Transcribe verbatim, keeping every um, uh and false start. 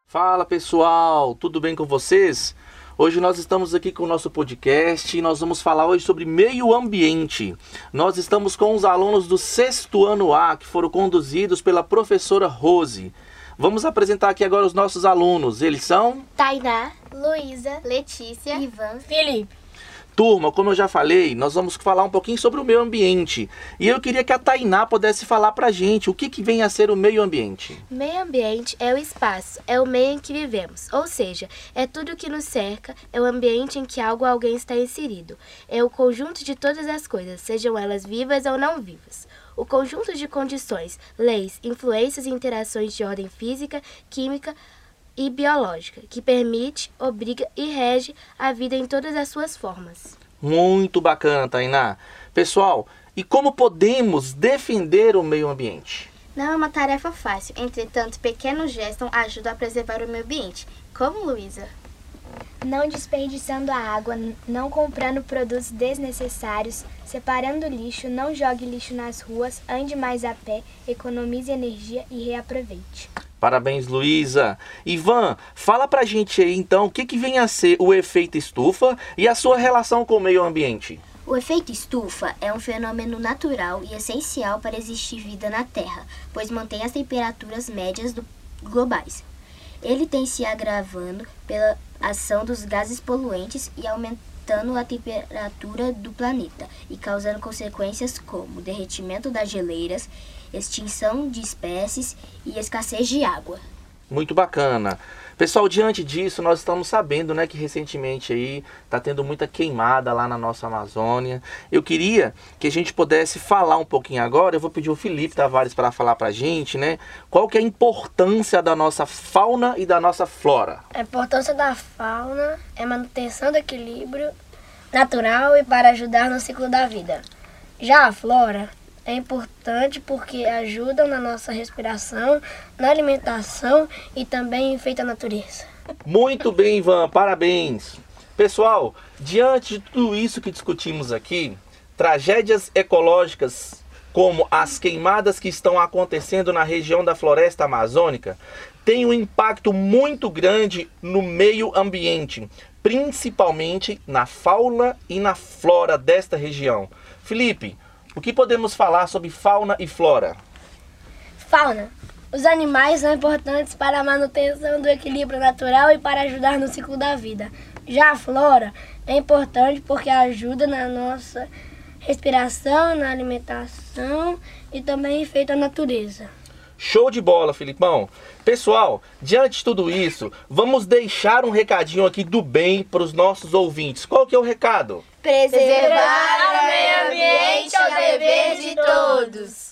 Fala pessoal, tudo bem com vocês? Hoje nós estamos aqui com o nosso podcast e nós vamos falar hoje sobre meio ambiente. Nós estamos com os alunos do sexto ano A que foram conduzidos pela professora Rose. Vamos apresentar aqui agora os nossos alunos. Eles são... Tainá, Luísa, Letícia, Ivan, Felipe. Turma, como eu já falei, nós vamos falar um pouquinho sobre o meio ambiente. E eu queria que a Tainá pudesse falar pra gente o que, que vem a ser o meio ambiente. Meio ambiente é o espaço, é o meio em que vivemos, ou seja, é tudo que nos cerca, é o ambiente em que algo ou alguém está inserido. É o conjunto de todas as coisas, sejam elas vivas ou não vivas. O conjunto de condições, leis, influências e interações de ordem física, química e biológica, que permite, obriga e rege a vida em todas as suas formas. Muito bacana, Tainá. Pessoal, e como podemos defender o meio ambiente? Não é uma tarefa fácil, entretanto, pequenos gestos ajudam a preservar o meio ambiente. Como, Luísa? Não desperdiçando a água, não comprando produtos desnecessários, separando lixo, não jogue lixo nas ruas, ande mais a pé, economize energia e reaproveite. Parabéns, Luísa. Ivan, fala pra gente aí então o que, que vem a ser o efeito estufa e a sua relação com o meio ambiente. O efeito estufa é um fenômeno natural e essencial para existir vida na Terra, pois mantém as temperaturas médias do, globais. Ele tem se agravando pela ação dos gases poluentes e aumentando a temperatura do planeta e causando consequências como derretimento das geleiras, extinção de espécies e escassez de água. Muito bacana. Pessoal, diante disso, nós estamos sabendo, né, que recentemente aí está tendo muita queimada lá na nossa Amazônia. Eu queria que a gente pudesse falar um pouquinho agora. Eu vou pedir o Felipe Tavares para falar para a gente, né, qual que é a importância da nossa fauna e da nossa flora. A importância da fauna é a manutenção do equilíbrio natural e para ajudar no ciclo da vida. Já a flora é importante porque ajudam na nossa respiração, na alimentação e também enfeita a natureza. Muito bem, Ivan, parabéns. Pessoal, diante de tudo isso que discutimos aqui, tragédias ecológicas como as queimadas que estão acontecendo na região da floresta amazônica têm um impacto muito grande no meio ambiente, principalmente na fauna e na flora desta região. Felipe, o que podemos falar sobre fauna e flora? Fauna. Os animais são importantes para a manutenção do equilíbrio natural e para ajudar no ciclo da vida. Já a flora é importante porque ajuda na nossa respiração, na alimentação e também enfeita a natureza. Show de bola, Filipão. Pessoal, diante de tudo isso, vamos deixar um recadinho aqui do bem para os nossos ouvintes. Qual que é o recado? Preservar o meio ambiente é o dever de todos.